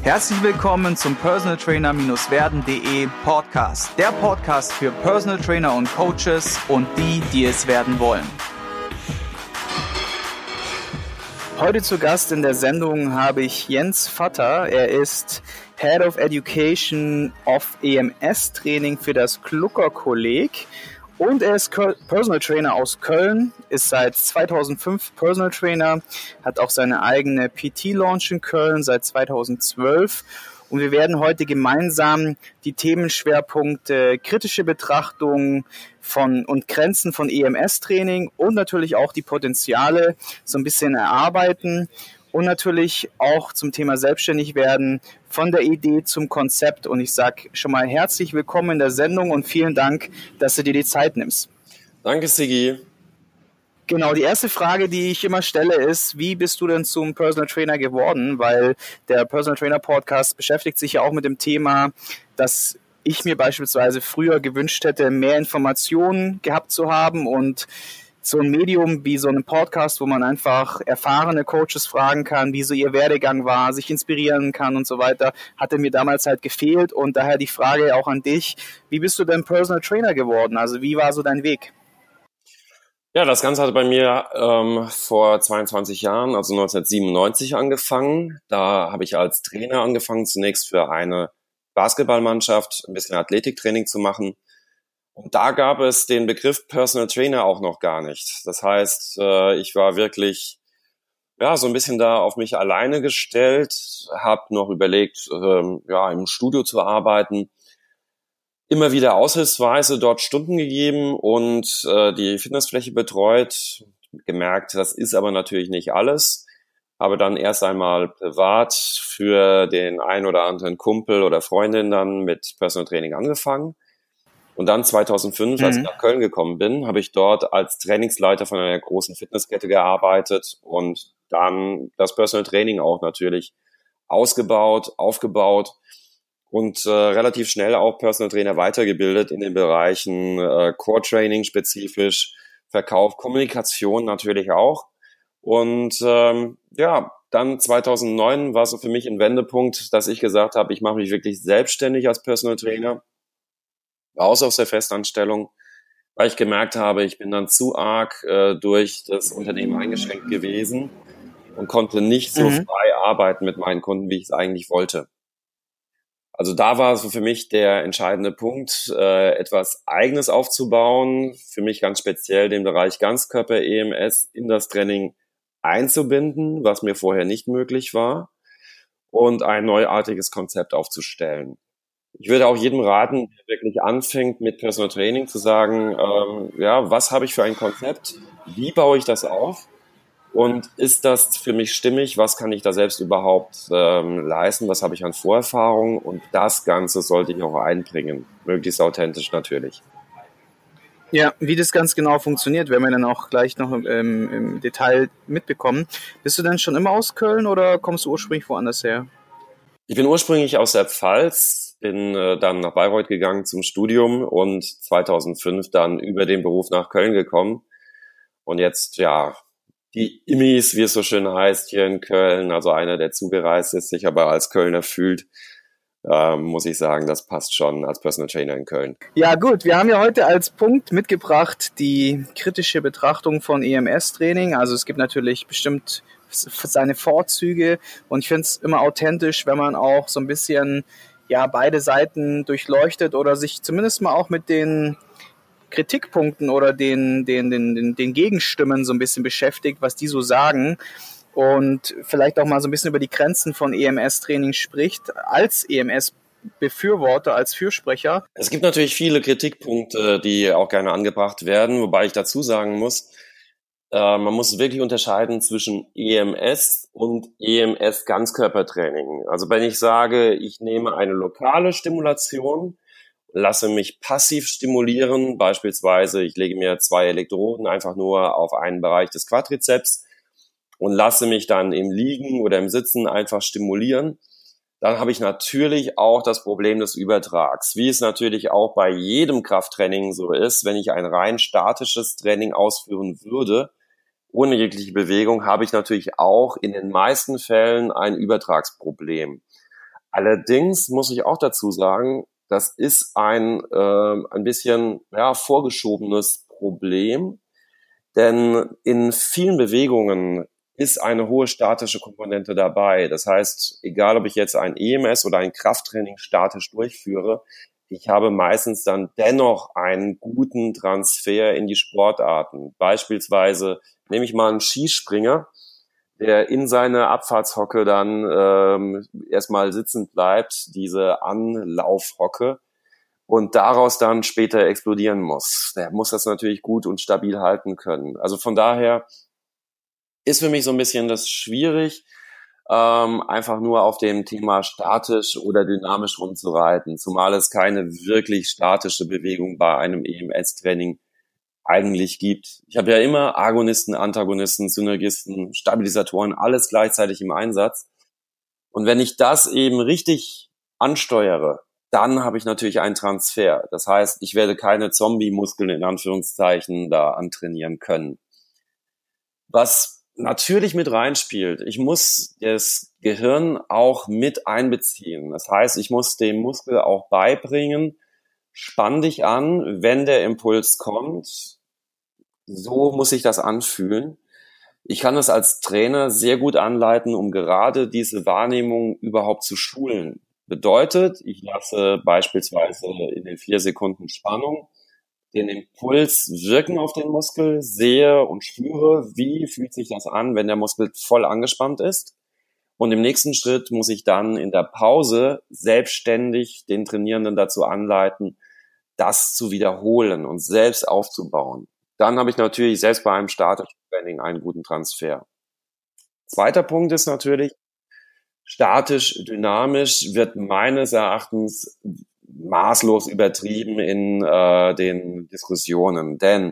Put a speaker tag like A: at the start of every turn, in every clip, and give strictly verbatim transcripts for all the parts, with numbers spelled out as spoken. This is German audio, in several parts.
A: Herzlich willkommen zum Personal Trainer Werden Punkt de Podcast. Der Podcast für Personal Trainer und Coaches und die, die es werden wollen. Heute zu Gast in der Sendung habe ich Jens Vatter. Er ist Head of Education of E M S Training für das Klucker Kolleg. Und er ist Personal Trainer aus Köln, ist seit zweitausendfünf Personal Trainer, hat auch seine eigene P T-Launch in Köln seit zweitausendzwölf. Und wir werden heute gemeinsam die Themenschwerpunkte kritische Betrachtung von und Grenzen von E M S-Training und natürlich auch die Potenziale so ein bisschen erarbeiten. Und natürlich auch zum Thema selbstständig werden, von der Idee zum Konzept. Und ich sage schon mal herzlich willkommen in der Sendung und vielen Dank, dass du dir die Zeit nimmst.
B: Danke, Sigi.
A: Genau, die erste Frage, die ich immer stelle, ist, wie bist du denn zum Personal Trainer geworden? Weil der Personal Trainer Podcast beschäftigt sich ja auch mit dem Thema, dass ich mir beispielsweise früher gewünscht hätte, mehr Informationen gehabt zu haben und so ein Medium wie so ein Podcast, wo man einfach erfahrene Coaches fragen kann, wie so ihr Werdegang war, sich inspirieren kann und so weiter, hatte mir damals halt gefehlt. Und daher die Frage auch an dich, wie bist du denn Personal Trainer geworden? Also wie war so dein Weg?
B: Ja, das Ganze hat bei mir ähm, vor zweiundzwanzig Jahren, also neunzehnhundertsiebenundneunzig angefangen. Da habe ich als Trainer angefangen, zunächst für eine Basketballmannschaft ein bisschen Athletiktraining zu machen. Und da gab es den Begriff Personal Trainer auch noch gar nicht. Das heißt, ich war wirklich ja so ein bisschen da auf mich alleine gestellt, habe noch überlegt, ja im Studio zu arbeiten, immer wieder aushilfsweise dort Stunden gegeben und die Fitnessfläche betreut, gemerkt, das ist aber natürlich nicht alles. Habe dann erst einmal privat für den ein oder anderen Kumpel oder Freundin dann mit Personal Training angefangen. Und dann zweitausendfünf, als ich nach Köln gekommen bin, habe ich dort als Trainingsleiter von einer großen Fitnesskette gearbeitet und dann das Personal Training auch natürlich ausgebaut, aufgebaut und äh, relativ schnell auch Personal Trainer weitergebildet in den Bereichen äh, Core Training spezifisch, Verkauf, Kommunikation natürlich auch. Und ähm, ja, dann zweitausendneun war so für mich ein Wendepunkt, dass ich gesagt habe, ich mache mich wirklich selbstständig als Personal Trainer, raus aus der Festanstellung, weil ich gemerkt habe, ich bin dann zu arg äh, durch das Unternehmen eingeschränkt gewesen und konnte nicht so mhm. frei arbeiten mit meinen Kunden, wie ich es eigentlich wollte. Also da war so für mich der entscheidende Punkt, äh, etwas Eigenes aufzubauen, für mich ganz speziell den Bereich Ganzkörper-E M S in das Training einzubinden, was mir vorher nicht möglich war, und ein neuartiges Konzept aufzustellen. Ich würde auch jedem raten, der wirklich anfängt mit Personal Training, zu sagen, ähm, ja, was habe ich für ein Konzept? Wie baue ich das auf? Und ist das für mich stimmig? Was kann ich da selbst überhaupt ähm, leisten? Was habe ich an Vorerfahrung? Und das Ganze sollte ich auch einbringen. Möglichst authentisch natürlich.
A: Ja, wie das ganz genau funktioniert, werden wir dann auch gleich noch im, im Detail mitbekommen. Bist du denn schon immer aus Köln oder kommst du ursprünglich woanders her?
B: Ich bin ursprünglich aus der Pfalz, bin äh, dann nach Bayreuth gegangen zum Studium und zweitausendfünf dann über den Beruf nach Köln gekommen. Und jetzt, ja, die Immis, wie es so schön heißt, hier in Köln, also einer, der zugereist ist, sich aber als Kölner fühlt, äh, muss ich sagen, das passt schon als Personal Trainer in Köln.
A: Ja gut, wir haben ja heute als Punkt mitgebracht die kritische Betrachtung von E M S-Training. Also es gibt natürlich bestimmt seine Vorzüge und ich finde es immer authentisch, wenn man auch so ein bisschen ja beide Seiten durchleuchtet oder sich zumindest mal auch mit den Kritikpunkten oder den, den, den, den Gegenstimmen so ein bisschen beschäftigt, was die so sagen und vielleicht auch mal so ein bisschen über die Grenzen von E M S-Training spricht, als E M S-Befürworter, als Fürsprecher.
B: Es gibt natürlich viele Kritikpunkte, die auch gerne angebracht werden, wobei ich dazu sagen muss, äh, man muss wirklich unterscheiden zwischen E M S und E M S-Ganzkörpertraining. Also wenn ich sage, ich nehme eine lokale Stimulation, lasse mich passiv stimulieren, beispielsweise ich lege mir zwei Elektroden einfach nur auf einen Bereich des Quadrizeps und lasse mich dann im Liegen oder im Sitzen einfach stimulieren, dann habe ich natürlich auch das Problem des Übertrags, wie es natürlich auch bei jedem Krafttraining so ist. Wenn ich ein rein statisches Training ausführen würde, ohne jegliche Bewegung, habe ich natürlich auch in den meisten Fällen ein Übertragsproblem. Allerdings muss ich auch dazu sagen, das ist ein äh, ein bisschen ja, vorgeschobenes Problem, denn in vielen Bewegungen ist eine hohe statische Komponente dabei. Das heißt, egal ob ich jetzt ein E M S oder ein Krafttraining statisch durchführe, ich habe meistens dann dennoch einen guten Transfer in die Sportarten. Beispielsweise nehme ich mal einen Skispringer, der in seiner Abfahrtshocke dann ähm, erstmal sitzen bleibt, diese Anlaufhocke, und daraus dann später explodieren muss. Der muss das natürlich gut und stabil halten können. Also von daher ist für mich so ein bisschen das schwierig, ähm, einfach nur auf dem Thema statisch oder dynamisch rumzureiten, zumal es keine wirklich statische Bewegung bei einem E M S-Training eigentlich gibt. Ich habe ja immer Agonisten, Antagonisten, Synergisten, Stabilisatoren, alles gleichzeitig im Einsatz. Und wenn ich das eben richtig ansteuere, dann habe ich natürlich einen Transfer. Das heißt, ich werde keine Zombie-Muskeln in Anführungszeichen da antrainieren können. Was natürlich mit reinspielt, ich muss das Gehirn auch mit einbeziehen. Das heißt, ich muss dem Muskel auch beibringen, spann dich an, wenn der Impuls kommt. So muss sich das anfühlen. Ich kann es als Trainer sehr gut anleiten, um gerade diese Wahrnehmung überhaupt zu schulen. Bedeutet, ich lasse beispielsweise in den vier Sekunden Spannung den Impuls wirken auf den Muskel, sehe und spüre, wie fühlt sich das an, wenn der Muskel voll angespannt ist. Und im nächsten Schritt muss ich dann in der Pause selbstständig den Trainierenden dazu anleiten, das zu wiederholen und selbst aufzubauen. Dann habe ich natürlich selbst bei einem statischen Training einen guten Transfer. Zweiter Punkt ist natürlich, statisch, dynamisch wird meines Erachtens maßlos übertrieben in äh, den Diskussionen, denn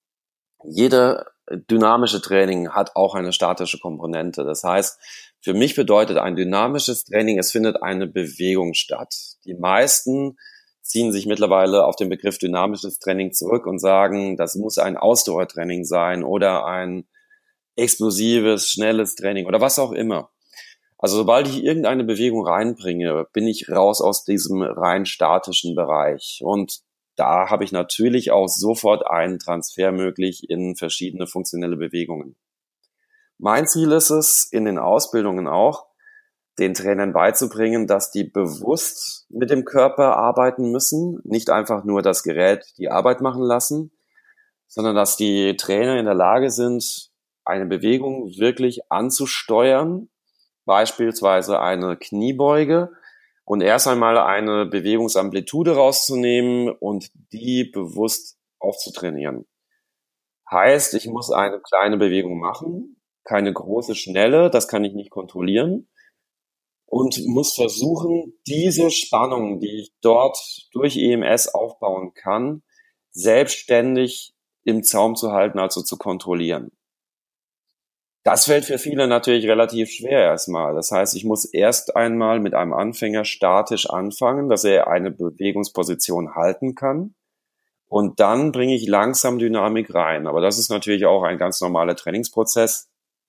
B: jede dynamische Training hat auch eine statische Komponente. Das heißt, für mich bedeutet ein dynamisches Training, es findet eine Bewegung statt. Die meisten ziehen sich mittlerweile auf den Begriff dynamisches Training zurück und sagen, das muss ein Ausdauertraining sein oder ein explosives, schnelles Training oder was auch immer. Also sobald ich irgendeine Bewegung reinbringe, bin ich raus aus diesem rein statischen Bereich. Und da habe ich natürlich auch sofort einen Transfer möglich in verschiedene funktionelle Bewegungen. Mein Ziel ist es, in den Ausbildungen auch, den Trainern beizubringen, dass die bewusst mit dem Körper arbeiten müssen, nicht einfach nur das Gerät die Arbeit machen lassen, sondern dass die Trainer in der Lage sind, eine Bewegung wirklich anzusteuern, beispielsweise eine Kniebeuge, und erst einmal eine Bewegungsamplitude rauszunehmen und die bewusst aufzutrainieren. Heißt, ich muss eine kleine Bewegung machen, keine große, schnelle, das kann ich nicht kontrollieren, und muss versuchen, diese Spannung, die ich dort durch E M S aufbauen kann, selbstständig im Zaum zu halten, also zu kontrollieren. Das fällt für viele natürlich relativ schwer erstmal. Das heißt, ich muss erst einmal mit einem Anfänger statisch anfangen, dass er eine Bewegungsposition halten kann. Und dann bringe ich langsam Dynamik rein. Aber das ist natürlich auch ein ganz normaler Trainingsprozess.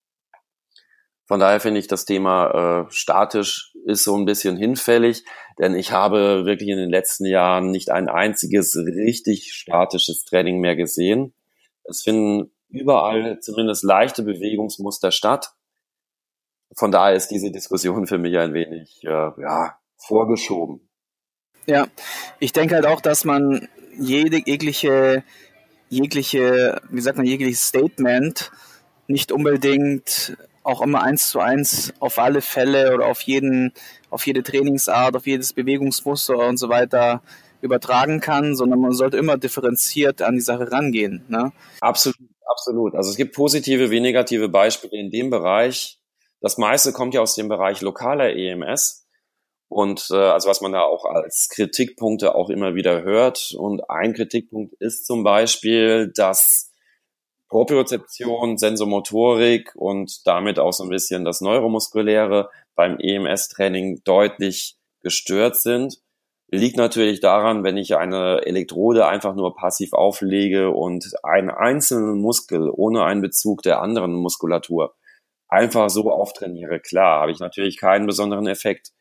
B: Von daher finde ich, das Thema äh, statisch ist so ein bisschen hinfällig, denn ich habe wirklich in den letzten Jahren nicht ein einziges richtig statisches Training mehr gesehen. Es finden überall zumindest leichte Bewegungsmuster statt. Von daher ist diese Diskussion für mich ein wenig äh, ja, vorgeschoben.
A: Ja, ich denke halt auch, dass man jede jegliche jegliche, wie sagt man, jegliches Statement nicht unbedingt auch immer eins zu eins auf alle Fälle oder auf jeden, auf jede Trainingsart, auf jedes Bewegungsmuster und so weiter übertragen kann, sondern man sollte immer differenziert an die Sache rangehen. Ne?
B: Absolut, absolut. Also es gibt positive wie negative Beispiele in dem Bereich. Das meiste kommt ja aus dem Bereich lokaler E M S und äh, also was man da auch als Kritikpunkte auch immer wieder hört. Und ein Kritikpunkt ist zum Beispiel, dass Propriozeption, Sensomotorik und damit auch so ein bisschen das Neuromuskuläre beim E M S-Training deutlich gestört sind. Liegt natürlich daran, wenn ich eine Elektrode einfach nur passiv auflege und einen einzelnen Muskel ohne einen Bezug der anderen Muskulatur einfach so auftrainiere. Klar, habe ich natürlich keinen besonderen Effekt.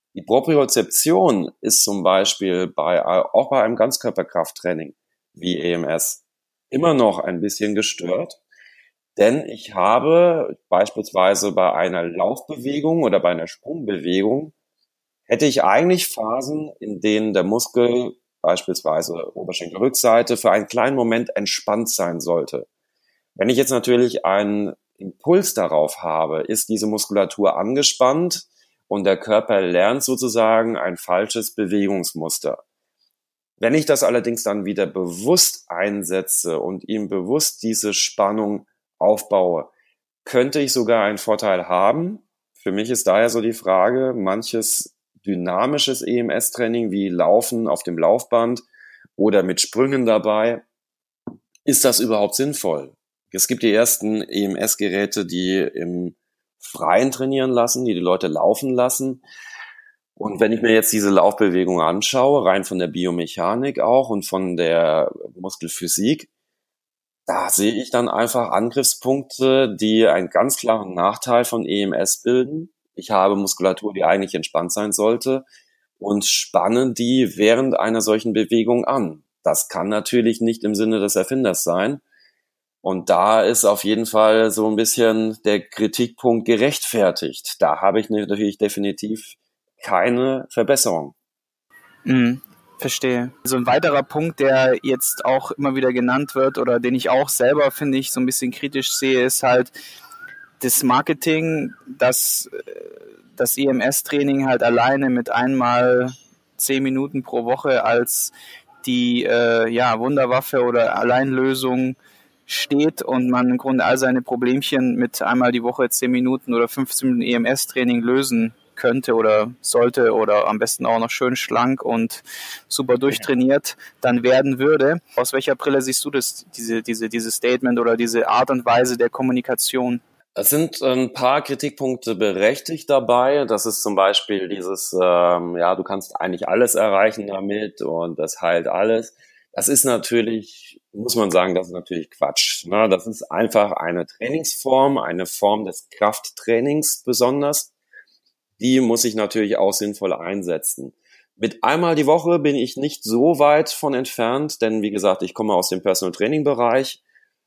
B: Die Propriozeption ist zum Beispiel bei, auch bei einem Ganzkörperkrafttraining wie E M S immer noch ein bisschen gestört, denn ich habe beispielsweise bei einer Laufbewegung oder bei einer Sprungbewegung hätte ich eigentlich Phasen, in denen der Muskel, beispielsweise Oberschenkelrückseite, für einen kleinen Moment entspannt sein sollte. Wenn ich jetzt natürlich einen Impuls darauf habe, ist diese Muskulatur angespannt und der Körper lernt sozusagen ein falsches Bewegungsmuster. Wenn ich das allerdings dann wieder bewusst einsetze und ihm bewusst diese Spannung aufbaue, könnte ich sogar einen Vorteil haben. Für mich ist daher so die Frage, manches dynamisches E M S-Training wie Laufen auf dem Laufband oder mit Sprüngen dabei, ist das überhaupt sinnvoll? Es gibt die ersten E M S-Geräte, die im Freien trainieren lassen, die die Leute laufen lassen. Und wenn ich mir jetzt diese Laufbewegung anschaue, rein von der Biomechanik auch und von der Muskelphysik, da sehe ich dann einfach Angriffspunkte, die einen ganz klaren Nachteil von E M S bilden. Ich habe Muskulatur, die eigentlich entspannt sein sollte und spanne die während einer solchen Bewegung an. Das kann natürlich nicht im Sinne des Erfinders sein. Und da ist auf jeden Fall so ein bisschen der Kritikpunkt gerechtfertigt. Da habe ich natürlich definitiv keine Verbesserung.
A: Mhm, verstehe. So ein weiterer Punkt, der jetzt auch immer wieder genannt wird oder den ich auch selber, finde ich, so ein bisschen kritisch sehe, ist halt das Marketing, dass das E M S-Training halt alleine mit einmal zehn Minuten pro Woche als die äh, ja, Wunderwaffe oder Alleinlösung steht und man im Grunde all seine Problemchen mit einmal die Woche zehn Minuten oder fünfzehn Minuten E M S-Training lösen könnte oder sollte oder am besten auch noch schön schlank und super durchtrainiert dann werden würde. Aus welcher Brille siehst du das, diese, diese, dieses Statement oder diese Art und Weise der Kommunikation?
B: Es sind ein paar Kritikpunkte berechtigt dabei. Das ist zum Beispiel dieses, ähm, ja, du kannst eigentlich alles erreichen damit und das heilt alles. Das ist natürlich, muss man sagen, das ist natürlich Quatsch. Ne? Das ist einfach eine Trainingsform, eine Form des Krafttrainings besonders. Die muss ich natürlich auch sinnvoll einsetzen. Mit einmal die Woche bin ich nicht so weit von entfernt, denn wie gesagt, ich komme aus dem Personal Training Bereich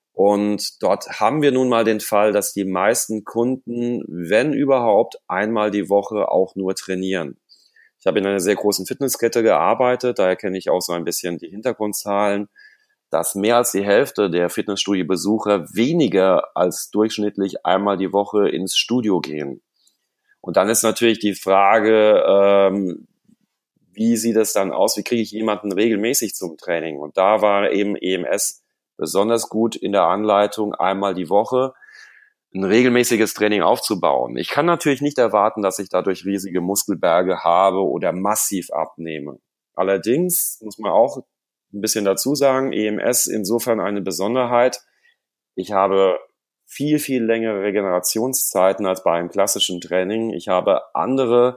B: und dort haben wir nun mal den Fall, dass die meisten Kunden, wenn überhaupt, einmal die Woche auch nur trainieren. Ich habe in einer sehr großen Fitnesskette gearbeitet, daher kenne ich auch so ein bisschen die Hintergrundzahlen, dass mehr als die Hälfte der Fitnessstudio-Besucher weniger als durchschnittlich einmal die Woche ins Studio gehen. Und dann ist natürlich die Frage, ähm, wie sieht es dann aus, wie kriege ich jemanden regelmäßig zum Training? Und da war eben E M S besonders gut in der Anleitung, einmal die Woche ein regelmäßiges Training aufzubauen. Ich kann natürlich nicht erwarten, dass ich dadurch riesige Muskelberge habe oder massiv abnehme. Allerdings muss man auch ein bisschen dazu sagen, E M S insofern eine Besonderheit. Ich habe viel, viel längere Regenerationszeiten als bei einem klassischen Training. Ich habe andere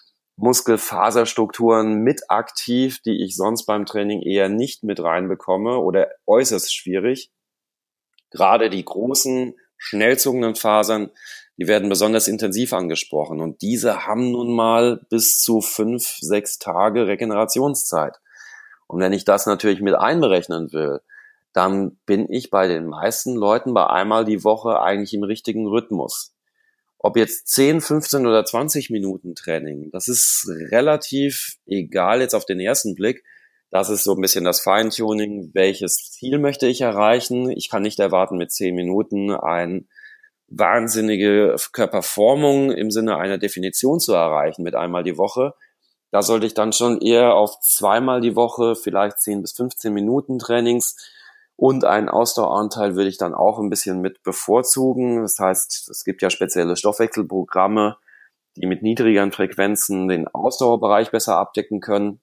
B: Muskelfaserstrukturen mit aktiv, die ich sonst beim Training eher nicht mit reinbekomme oder äußerst schwierig. Gerade die großen, schnell zuckenden Fasern, die werden besonders intensiv angesprochen und diese haben nun mal bis zu fünf, sechs Tage Regenerationszeit. Und wenn ich das natürlich mit einberechnen will, dann bin ich bei den meisten Leuten bei einmal die Woche eigentlich im richtigen Rhythmus. Ob jetzt zehn, fünfzehn oder zwanzig Minuten Training, das ist relativ egal jetzt auf den ersten Blick. Das ist so ein bisschen das Feintuning, welches Ziel möchte ich erreichen. Ich kann nicht erwarten, mit zehn Minuten eine wahnsinnige Körperformung im Sinne einer Definition zu erreichen mit einmal die Woche. Da sollte ich dann schon eher auf zweimal die Woche, vielleicht zehn bis fünfzehn Minuten Trainings und einen Ausdaueranteil würde ich dann auch ein bisschen mit bevorzugen. Das heißt, es gibt ja spezielle Stoffwechselprogramme, die mit niedrigeren Frequenzen den Ausdauerbereich besser abdecken können.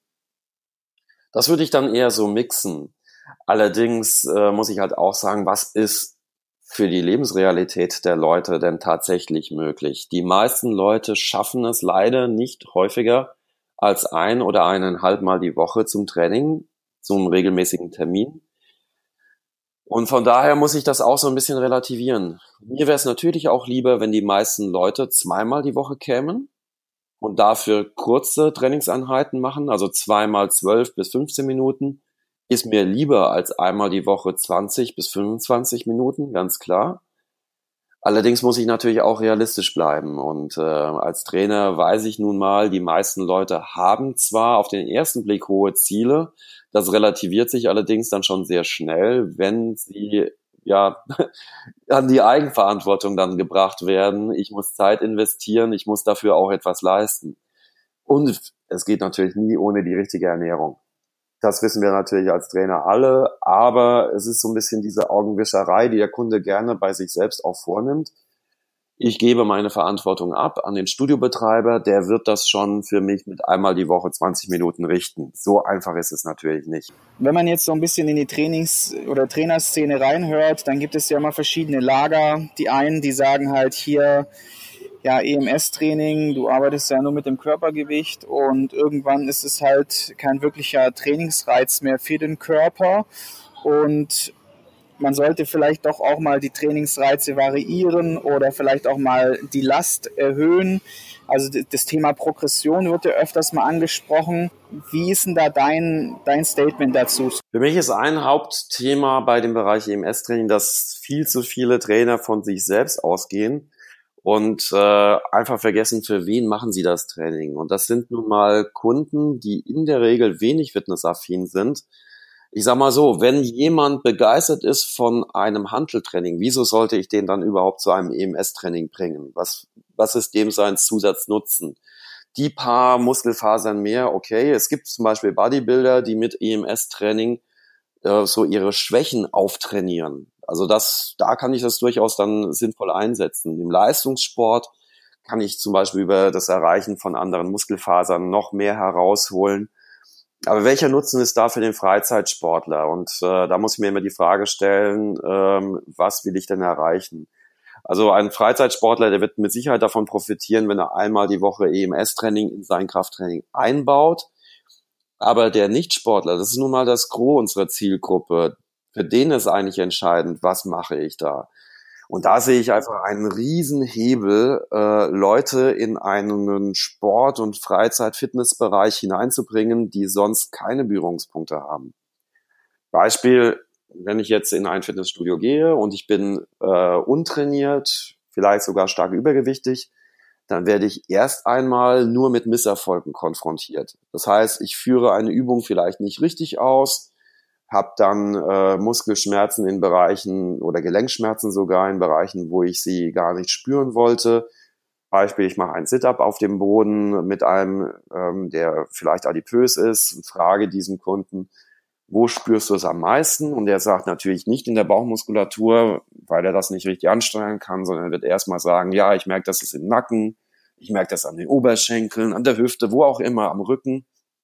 B: Das würde ich dann eher so mixen. Allerdings äh, muss ich halt auch sagen, was ist für die Lebensrealität der Leute denn tatsächlich möglich? Die meisten Leute schaffen es leider nicht häufiger als ein oder eineinhalb Mal die Woche zum Training, zum regelmäßigen Termin. Und von daher muss ich das auch so ein bisschen relativieren. Mir wäre es natürlich auch lieber, wenn die meisten Leute zweimal die Woche kämen. und dafür kurze Trainingseinheiten machen, also zweimal zwölf bis fünfzehn Minuten, ist mir lieber als einmal die Woche zwanzig bis fünfundzwanzig Minuten, ganz klar. Allerdings muss ich natürlich auch realistisch bleiben und äh, als Trainer weiß ich nun mal, die meisten Leute haben zwar auf den ersten Blick hohe Ziele, das relativiert sich allerdings dann schon sehr schnell, wenn sie ja an die Eigenverantwortung dann gebracht werden. Ich muss Zeit investieren, ich muss dafür auch etwas leisten. Und es geht natürlich nie ohne die richtige Ernährung. Das wissen wir natürlich als Trainer alle, aber es ist so ein bisschen diese Augenwischerei, die der Kunde gerne bei sich selbst auch vornimmt. Ich gebe meine Verantwortung ab an den Studiobetreiber, der wird das schon für mich mit einmal die Woche zwanzig Minuten richten. So einfach ist es natürlich nicht.
A: Wenn man jetzt so ein bisschen in die Trainings- oder Trainerszene reinhört, dann gibt es ja immer verschiedene Lager. Die einen, die sagen halt hier, ja, E M S-Training, du arbeitest ja nur mit dem Körpergewicht und irgendwann ist es halt kein wirklicher Trainingsreiz mehr für den Körper und man sollte vielleicht doch auch mal die Trainingsreize variieren oder vielleicht auch mal die Last erhöhen. Also das Thema Progression wird ja öfters mal angesprochen. Wie ist denn da dein, dein Statement dazu?
B: Für mich ist ein Hauptthema bei dem Bereich E M S-Training, dass viel zu viele Trainer von sich selbst ausgehen und äh, einfach vergessen, für wen machen sie das Training. Und das sind nun mal Kunden, die in der Regel wenig fitnessaffin sind. Ich sag mal so, wenn jemand begeistert ist von einem Hanteltraining, wieso sollte ich den dann überhaupt zu einem E M S-Training bringen? Was, was ist dem sein Zusatznutzen? Die paar Muskelfasern mehr, okay. Es gibt zum Beispiel Bodybuilder, die mit E M S-Training äh, so ihre Schwächen auftrainieren. Also das, da kann ich das durchaus dann sinnvoll einsetzen. Im Leistungssport kann ich zum Beispiel über das Erreichen von anderen Muskelfasern noch mehr herausholen. Aber welcher Nutzen ist da für den Freizeitsportler? Und äh, da muss ich mir immer die Frage stellen, ähm, was will ich denn erreichen? Also ein Freizeitsportler, der wird mit Sicherheit davon profitieren, wenn er einmal die Woche E M S-Training in sein Krafttraining einbaut. Aber der Nichtsportler, das ist nun mal das Gros unserer Zielgruppe, für den ist eigentlich entscheidend, was mache ich da? Und da sehe ich einfach einen riesen Hebel, äh, Leute in einen Sport- und Freizeit-Fitnessbereich hineinzubringen, die sonst keine Berührungspunkte haben. Beispiel, wenn ich jetzt in ein Fitnessstudio gehe und ich bin äh, untrainiert, vielleicht sogar stark übergewichtig, dann werde ich erst einmal nur mit Misserfolgen konfrontiert. Das heißt, ich führe eine Übung vielleicht nicht richtig aus, habe dann äh, Muskelschmerzen in Bereichen oder Gelenkschmerzen sogar in Bereichen, wo ich sie gar nicht spüren wollte. Beispiel, ich mache einen Sit-Up auf dem Boden mit einem, ähm, der vielleicht adipös ist und frage diesen Kunden, wo spürst du es am meisten? Und der sagt natürlich nicht in der Bauchmuskulatur, weil er das nicht richtig ansteuern kann, sondern er wird erstmal sagen, ja, ich merke das ist im Nacken, ich merke das an den Oberschenkeln, an der Hüfte, wo auch immer, am Rücken.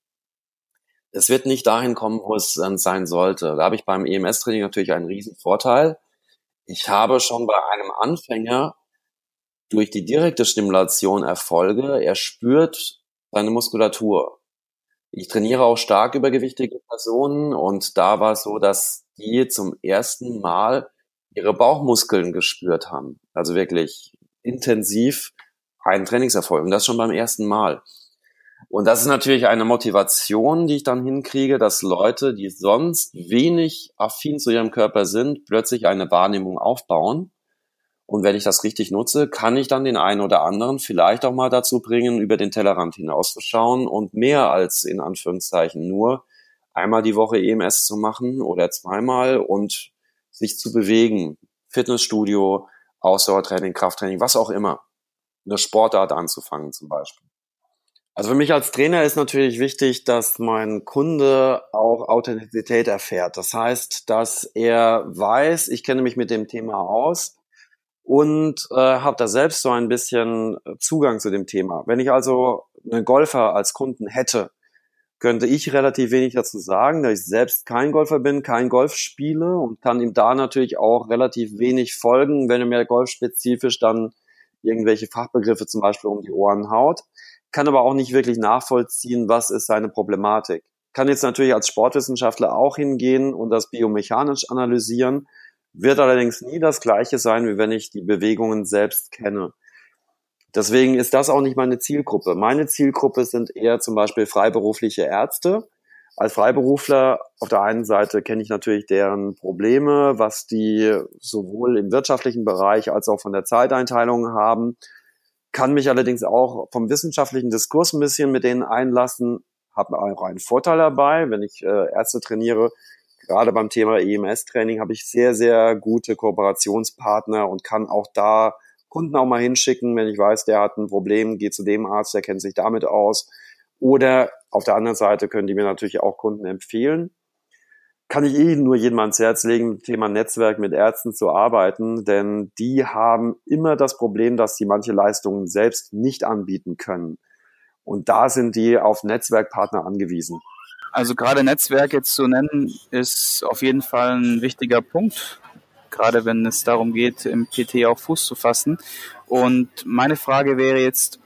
B: Es wird nicht dahin kommen, wo es dann sein sollte. Da habe ich beim E M S-Training natürlich einen riesen Vorteil. Ich habe schon bei einem Anfänger durch die direkte Stimulation Erfolge. Er spürt seine Muskulatur. Ich trainiere auch stark übergewichtige Personen und da war es so, dass die zum ersten Mal ihre Bauchmuskeln gespürt haben. Also wirklich intensiv einen Trainingserfolg. Und das schon beim ersten Mal. Und das ist natürlich eine Motivation, die ich dann hinkriege, dass Leute, die sonst wenig affin zu ihrem Körper sind, plötzlich eine Wahrnehmung aufbauen. Und wenn ich das richtig nutze, kann ich dann den einen oder anderen vielleicht auch mal dazu bringen, über den Tellerrand hinauszuschauen und mehr als in Anführungszeichen nur einmal die Woche E M S zu machen oder zweimal und sich zu bewegen. Fitnessstudio, Ausdauertraining, Krafttraining, was auch immer. Eine Sportart anzufangen zum Beispiel. Also für mich als Trainer ist natürlich wichtig, dass mein Kunde auch Authentizität erfährt. Das heißt, dass er weiß, ich kenne mich mit dem Thema aus und äh, habe da selbst so ein bisschen Zugang zu dem Thema. Wenn ich also einen Golfer als Kunden hätte, könnte ich relativ wenig dazu sagen, da ich selbst kein Golfer bin, kein Golf spiele und kann ihm da natürlich auch relativ wenig folgen, wenn er mir golfspezifisch dann irgendwelche Fachbegriffe zum Beispiel um die Ohren haut. Kann aber auch nicht wirklich nachvollziehen, was ist seine Problematik. Kann jetzt natürlich als Sportwissenschaftler auch hingehen und das biomechanisch analysieren, wird allerdings nie das Gleiche sein, wie wenn ich die Bewegungen selbst kenne. Deswegen ist das auch nicht meine Zielgruppe. Meine Zielgruppe sind eher zum Beispiel freiberufliche Ärzte. Als Freiberufler auf der einen Seite kenne ich natürlich deren Probleme, was die sowohl im wirtschaftlichen Bereich als auch von der Zeiteinteilung haben, kann mich allerdings auch vom wissenschaftlichen Diskurs ein bisschen mit denen einlassen, habe auch einen Vorteil dabei, wenn ich äh, Ärzte trainiere. Gerade beim Thema E M S-Training habe ich sehr, sehr gute Kooperationspartner und kann auch da Kunden auch mal hinschicken, wenn ich weiß, der hat ein Problem, geht zu dem Arzt, der kennt sich damit aus. Oder auf der anderen Seite können die mir natürlich auch Kunden empfehlen. Kann ich eh nur jedem ans Herz legen, mit dem Thema Netzwerk mit Ärzten zu arbeiten, denn die haben immer das Problem, dass sie manche Leistungen selbst nicht anbieten können. Und da sind die auf Netzwerkpartner angewiesen.
A: Also gerade Netzwerk jetzt zu nennen, ist auf jeden Fall ein wichtiger Punkt, gerade wenn es darum geht, im P T auch Fuß zu fassen. Und meine Frage wäre jetzt,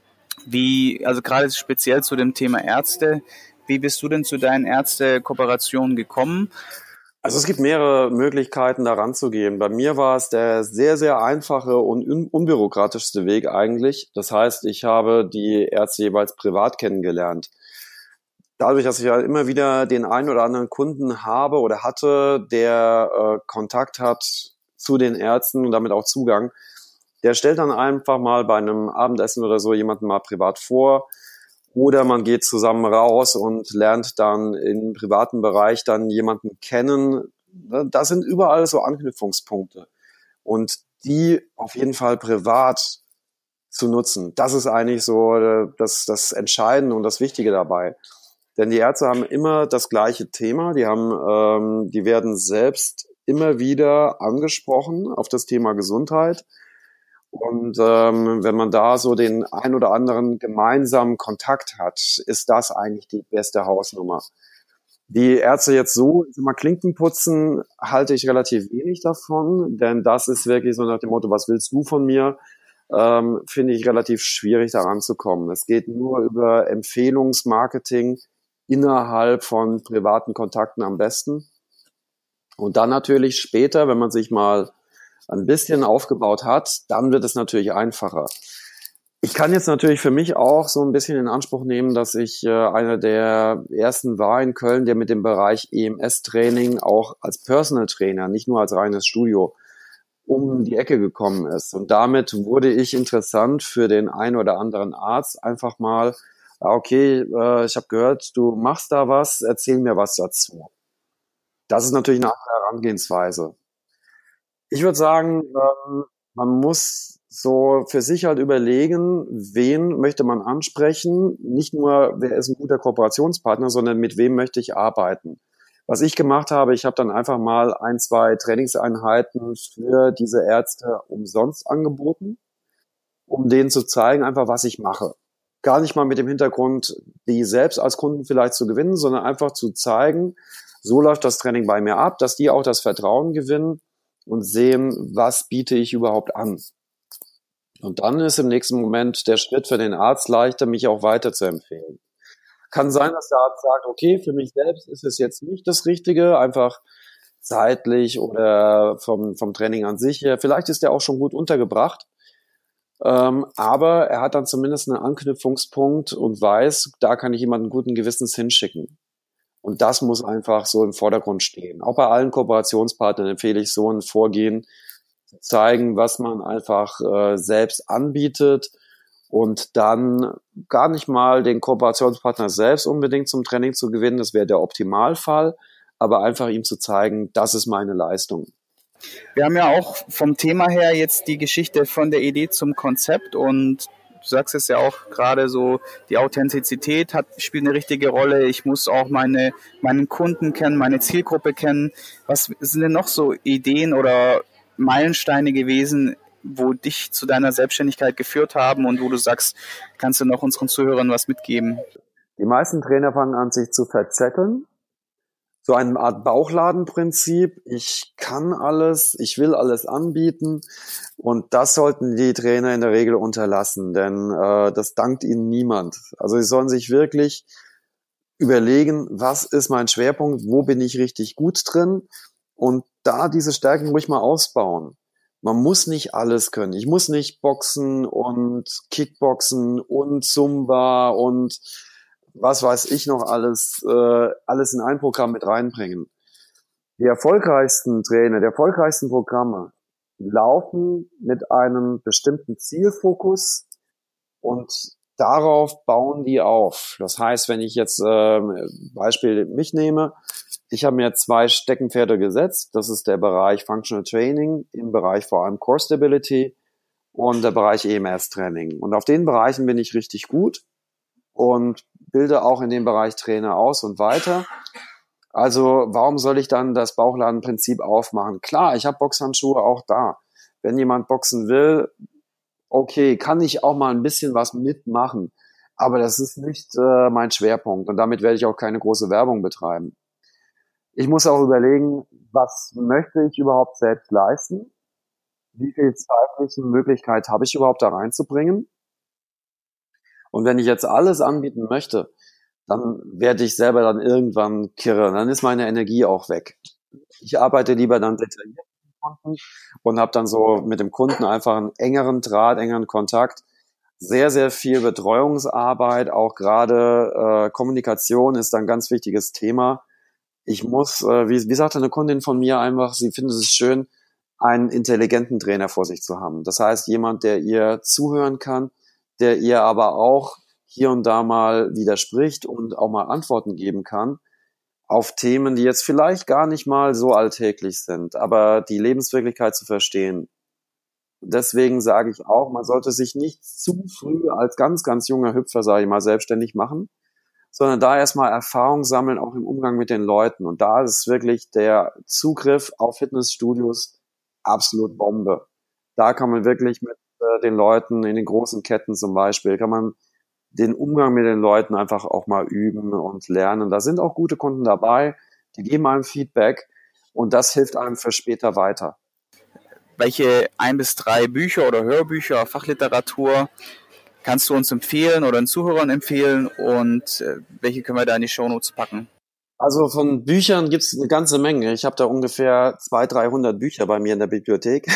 A: wie, also gerade speziell zu dem Thema Ärzte, wie bist du denn zu deinen Ärzte-Kooperationen gekommen?
B: Also es gibt mehrere Möglichkeiten, da ranzugehen. Bei mir war es der sehr, sehr einfache und un- unbürokratischste Weg eigentlich. Das heißt, ich habe die Ärzte jeweils privat kennengelernt. Dadurch, dass ich ja immer wieder den einen oder anderen Kunden habe oder hatte, der äh, Kontakt hat zu den Ärzten und damit auch Zugang, der stellt dann einfach mal bei einem Abendessen oder so jemanden mal privat vor. Oder man geht zusammen raus und lernt dann im privaten Bereich dann jemanden kennen. Da sind überall so Anknüpfungspunkte. Und die auf jeden Fall privat zu nutzen, das ist eigentlich so das, das Entscheidende und das Wichtige dabei. Denn die Ärzte haben immer das gleiche Thema. Die haben, ähm, die werden selbst immer wieder angesprochen auf das Thema Gesundheit. Und ähm, wenn man da so den ein oder anderen gemeinsamen Kontakt hat, ist das eigentlich die beste Hausnummer. Die Ärzte jetzt so, mal Klinken putzen, halte ich relativ wenig davon, denn das ist wirklich so nach dem Motto, was willst du von mir, ähm, finde ich relativ schwierig daran zu kommen. Es geht nur über Empfehlungsmarketing innerhalb von privaten Kontakten am besten. Und dann natürlich später, wenn man sich mal ein bisschen aufgebaut hat, dann wird es natürlich einfacher. Ich kann jetzt natürlich für mich auch so ein bisschen in Anspruch nehmen, dass ich äh, einer der ersten war in Köln, der mit dem Bereich E M S-Training auch als Personal Trainer, nicht nur als reines Studio, um die Ecke gekommen ist. Und damit wurde ich interessant für den einen oder anderen Arzt. Einfach mal, okay, äh, ich habe gehört, du machst da was, erzähl mir was dazu. Das ist natürlich eine andere Herangehensweise. Ich würde sagen, ähm, man muss so für sich halt überlegen, wen möchte man ansprechen. Nicht nur, wer ist ein guter Kooperationspartner, sondern mit wem möchte ich arbeiten. Was ich gemacht habe, ich habe dann einfach mal ein, zwei Trainingseinheiten für diese Ärzte umsonst angeboten, um denen zu zeigen, einfach was ich mache. Gar nicht mal mit dem Hintergrund, die selbst als Kunden vielleicht zu gewinnen, sondern einfach zu zeigen, so läuft das Training bei mir ab, dass die auch das Vertrauen gewinnen und sehen, was biete ich überhaupt an. Und dann ist im nächsten Moment der Schritt für den Arzt leichter, mich auch weiter zu empfehlen. Kann sein, dass der Arzt sagt, okay, für mich selbst ist es jetzt nicht das Richtige, einfach zeitlich oder vom, vom Training an sich her. Vielleicht ist er auch schon gut untergebracht, ähm, aber er hat dann zumindest einen Anknüpfungspunkt und weiß, da kann ich jemanden guten Gewissens hinschicken. Und das muss einfach so im Vordergrund stehen. Auch bei allen Kooperationspartnern empfehle ich so ein Vorgehen, zu zeigen, was man einfach äh, selbst anbietet und dann gar nicht mal den Kooperationspartner selbst unbedingt zum Training zu gewinnen, das wäre der Optimalfall, aber einfach ihm zu zeigen, das ist meine Leistung.
A: Wir haben ja auch vom Thema her jetzt die Geschichte von der Idee zum Konzept und du sagst es ja auch gerade so, die Authentizität hat, spielt eine richtige Rolle. Ich muss auch meine, meinen Kunden kennen, meine Zielgruppe kennen. Was sind denn noch so Ideen oder Meilensteine gewesen, wo dich zu deiner Selbstständigkeit geführt haben und wo du sagst, kannst du noch unseren Zuhörern was mitgeben?
B: Die meisten Trainer fangen an, sich zu verzetteln. So eine Art Bauchladenprinzip. Ich kann alles, ich will alles anbieten und das sollten die Trainer in der Regel unterlassen, denn äh, das dankt ihnen niemand. Also sie sollen sich wirklich überlegen, was ist mein Schwerpunkt, wo bin ich richtig gut drin und da diese Stärken ruhig mal ausbauen.
C: Man muss nicht alles können. Ich muss nicht Boxen und Kickboxen und Zumba und was weiß ich noch alles, äh, alles in ein Programm mit reinbringen. Die erfolgreichsten Trainer, die erfolgreichsten Programme laufen mit einem bestimmten Zielfokus und darauf bauen die auf. Das heißt, wenn ich jetzt äh, Beispiel mich nehme, ich habe mir zwei Steckenpferde gesetzt. Das ist der Bereich Functional Training, im Bereich vor allem Core Stability und der Bereich E M S-Training. Und auf den Bereichen bin ich richtig gut und bilde auch in dem Bereich Trainer aus und weiter. Also warum soll ich dann das Bauchladenprinzip aufmachen? Klar, ich habe Boxhandschuhe auch da. Wenn jemand boxen will, okay, kann ich auch mal ein bisschen was mitmachen. Aber das ist nicht äh, mein Schwerpunkt und damit werde ich auch keine große Werbung betreiben. Ich muss auch überlegen, was möchte ich überhaupt selbst leisten? Wie viel zeitliche Möglichkeit habe ich überhaupt da reinzubringen? Und wenn ich jetzt alles anbieten möchte, dann werde ich selber dann irgendwann kirre. Dann ist meine Energie auch weg. Ich arbeite lieber dann detailliert mit dem Kunden und habe dann so mit dem Kunden einfach einen engeren Draht, engeren Kontakt. Sehr, sehr viel Betreuungsarbeit, auch gerade äh, Kommunikation ist ein ganz wichtiges Thema. Ich muss, äh, wie, wie sagte eine Kundin von mir einfach, sie findet es schön, einen intelligenten Trainer vor sich zu haben. Das heißt, jemand, der ihr zuhören kann, der ihr aber auch hier und da mal widerspricht und auch mal Antworten geben kann auf Themen, die jetzt vielleicht gar nicht mal so alltäglich sind, aber die Lebenswirklichkeit zu verstehen. Deswegen sage ich auch, man sollte sich nicht zu früh als ganz, ganz junger Hüpfer, sage ich mal, selbstständig machen, sondern da erstmal Erfahrung sammeln, auch im Umgang mit den Leuten. Und da ist wirklich der Zugriff auf Fitnessstudios absolut Bombe. Da kann man wirklich mit äh, den Leuten in den großen Ketten zum Beispiel, kann man den Umgang mit den Leuten einfach auch mal üben und lernen. Da sind auch gute Kunden dabei, die geben einem Feedback und das hilft einem für später weiter.
A: Welche ein bis drei Bücher oder Hörbücher, Fachliteratur kannst du uns empfehlen oder den Zuhörern empfehlen und äh, welche können wir da in die Shownotes packen?
C: Also von Büchern gibt es eine ganze Menge. Ich habe da ungefähr zweihundert, dreihundert Bücher bei mir in der Bibliothek.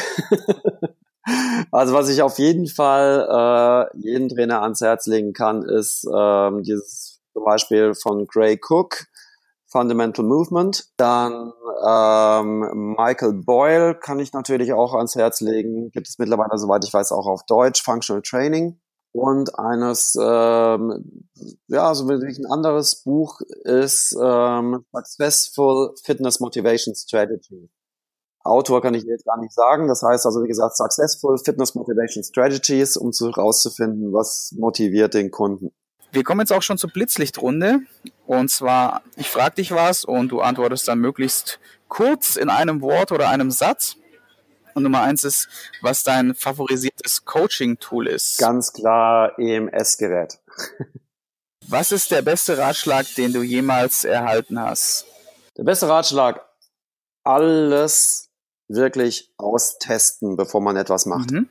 C: Also was ich auf jeden Fall äh, jedem Trainer ans Herz legen kann, ist ähm, dieses zum Beispiel von Gray Cook, Fundamental Movement. Dann ähm, Michael Boyle kann ich natürlich auch ans Herz legen. Gibt es mittlerweile, soweit ich weiß, auch auf Deutsch, Functional Training. Und eines, ähm, ja, so wirklich ein anderes Buch ist ähm, Successful Fitness Motivation Strategy. Autor kann ich jetzt gar nicht sagen. Das heißt also, wie gesagt, Successful Fitness Motivation Strategies, um zu rauszufinden, was motiviert den Kunden.
A: Wir kommen jetzt auch schon zur Blitzlichtrunde. Und zwar, ich frage dich was und du antwortest dann möglichst kurz in einem Wort oder einem Satz. Und Nummer eins ist, was dein favorisiertes Coaching-Tool ist.
C: Ganz klar E M S-Gerät.
A: Was ist der beste Ratschlag, den du jemals erhalten hast?
C: Der beste Ratschlag, alles wirklich austesten, bevor man etwas macht.
A: Mhm.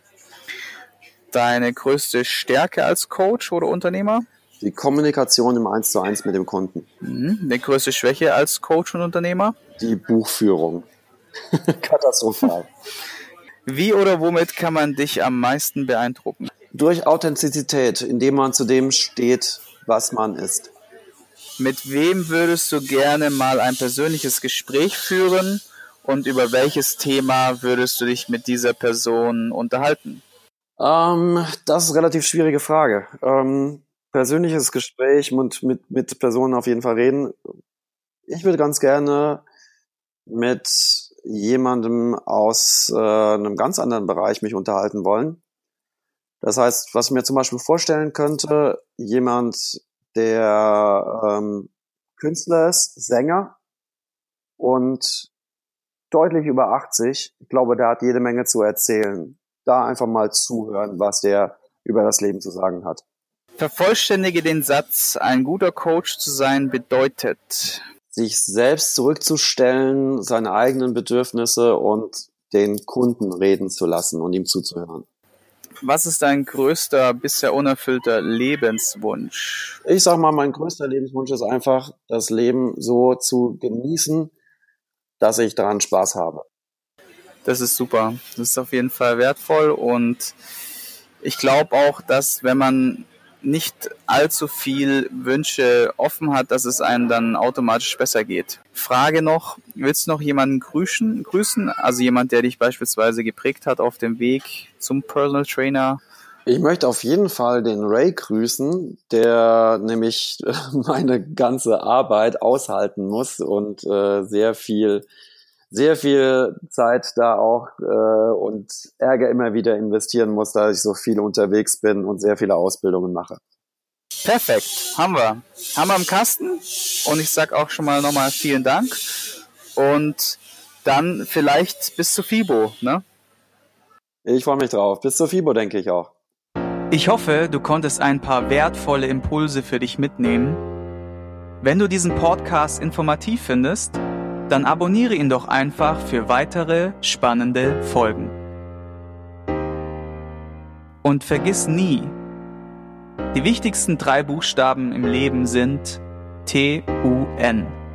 A: Deine größte Stärke als Coach oder Unternehmer?
C: Die Kommunikation im Eins zu Eins mit dem Kunden.
A: Mhm. Die größte Schwäche als Coach und Unternehmer?
C: Die Buchführung. Katastrophal.
A: Wie oder womit kann man dich am meisten beeindrucken?
C: Durch Authentizität, indem man zu dem steht, was man ist.
A: Mit wem würdest du gerne mal ein persönliches Gespräch führen und über welches Thema würdest du dich mit dieser Person unterhalten?
C: Ähm, das ist eine relativ schwierige Frage. Ähm, persönliches Gespräch und mit, mit Personen auf jeden Fall reden. Ich würde ganz gerne mit jemandem aus äh, einem ganz anderen Bereich mich unterhalten wollen. Das heißt, was ich mir zum Beispiel vorstellen könnte, jemand, der ähm, Künstler ist, Sänger und deutlich über achtzig. Ich glaube, der hat jede Menge zu erzählen. Da einfach mal zuhören, was der über das Leben zu sagen hat.
A: Vervollständige den Satz, ein guter Coach zu sein bedeutet...
C: sich selbst zurückzustellen, seine eigenen Bedürfnisse und den Kunden reden zu lassen und ihm zuzuhören.
A: Was ist dein größter, bisher unerfüllter Lebenswunsch?
C: Ich sag mal, mein größter Lebenswunsch ist einfach, das Leben so zu genießen, dass ich daran Spaß habe.
A: Das ist super. Das ist auf jeden Fall wertvoll und ich glaube auch, dass wenn man nicht allzu viel Wünsche offen hat, dass es einem dann automatisch besser geht. Frage noch, willst du noch jemanden grüßen? grüßen? Also jemand, der dich beispielsweise geprägt hat auf dem Weg zum Personal Trainer?
C: Ich möchte auf jeden Fall den Ray grüßen, der nämlich meine ganze Arbeit aushalten muss und äh, sehr viel sehr viel Zeit da auch äh, und Ärger immer wieder investieren muss, da ich so viel unterwegs bin und sehr viele Ausbildungen mache.
A: Perfekt, haben wir. Haben wir im Kasten und ich sag auch schon mal nochmal vielen Dank und dann vielleicht bis zur FIBO, ne?
C: Ich freue mich drauf. Bis zur FIBO, denke ich auch.
A: Ich hoffe, du konntest ein paar wertvolle Impulse für dich mitnehmen. Wenn du diesen Podcast informativ findest, dann abonniere ihn doch einfach für weitere spannende Folgen. Und vergiss nie, die wichtigsten drei Buchstaben im Leben sind T U N.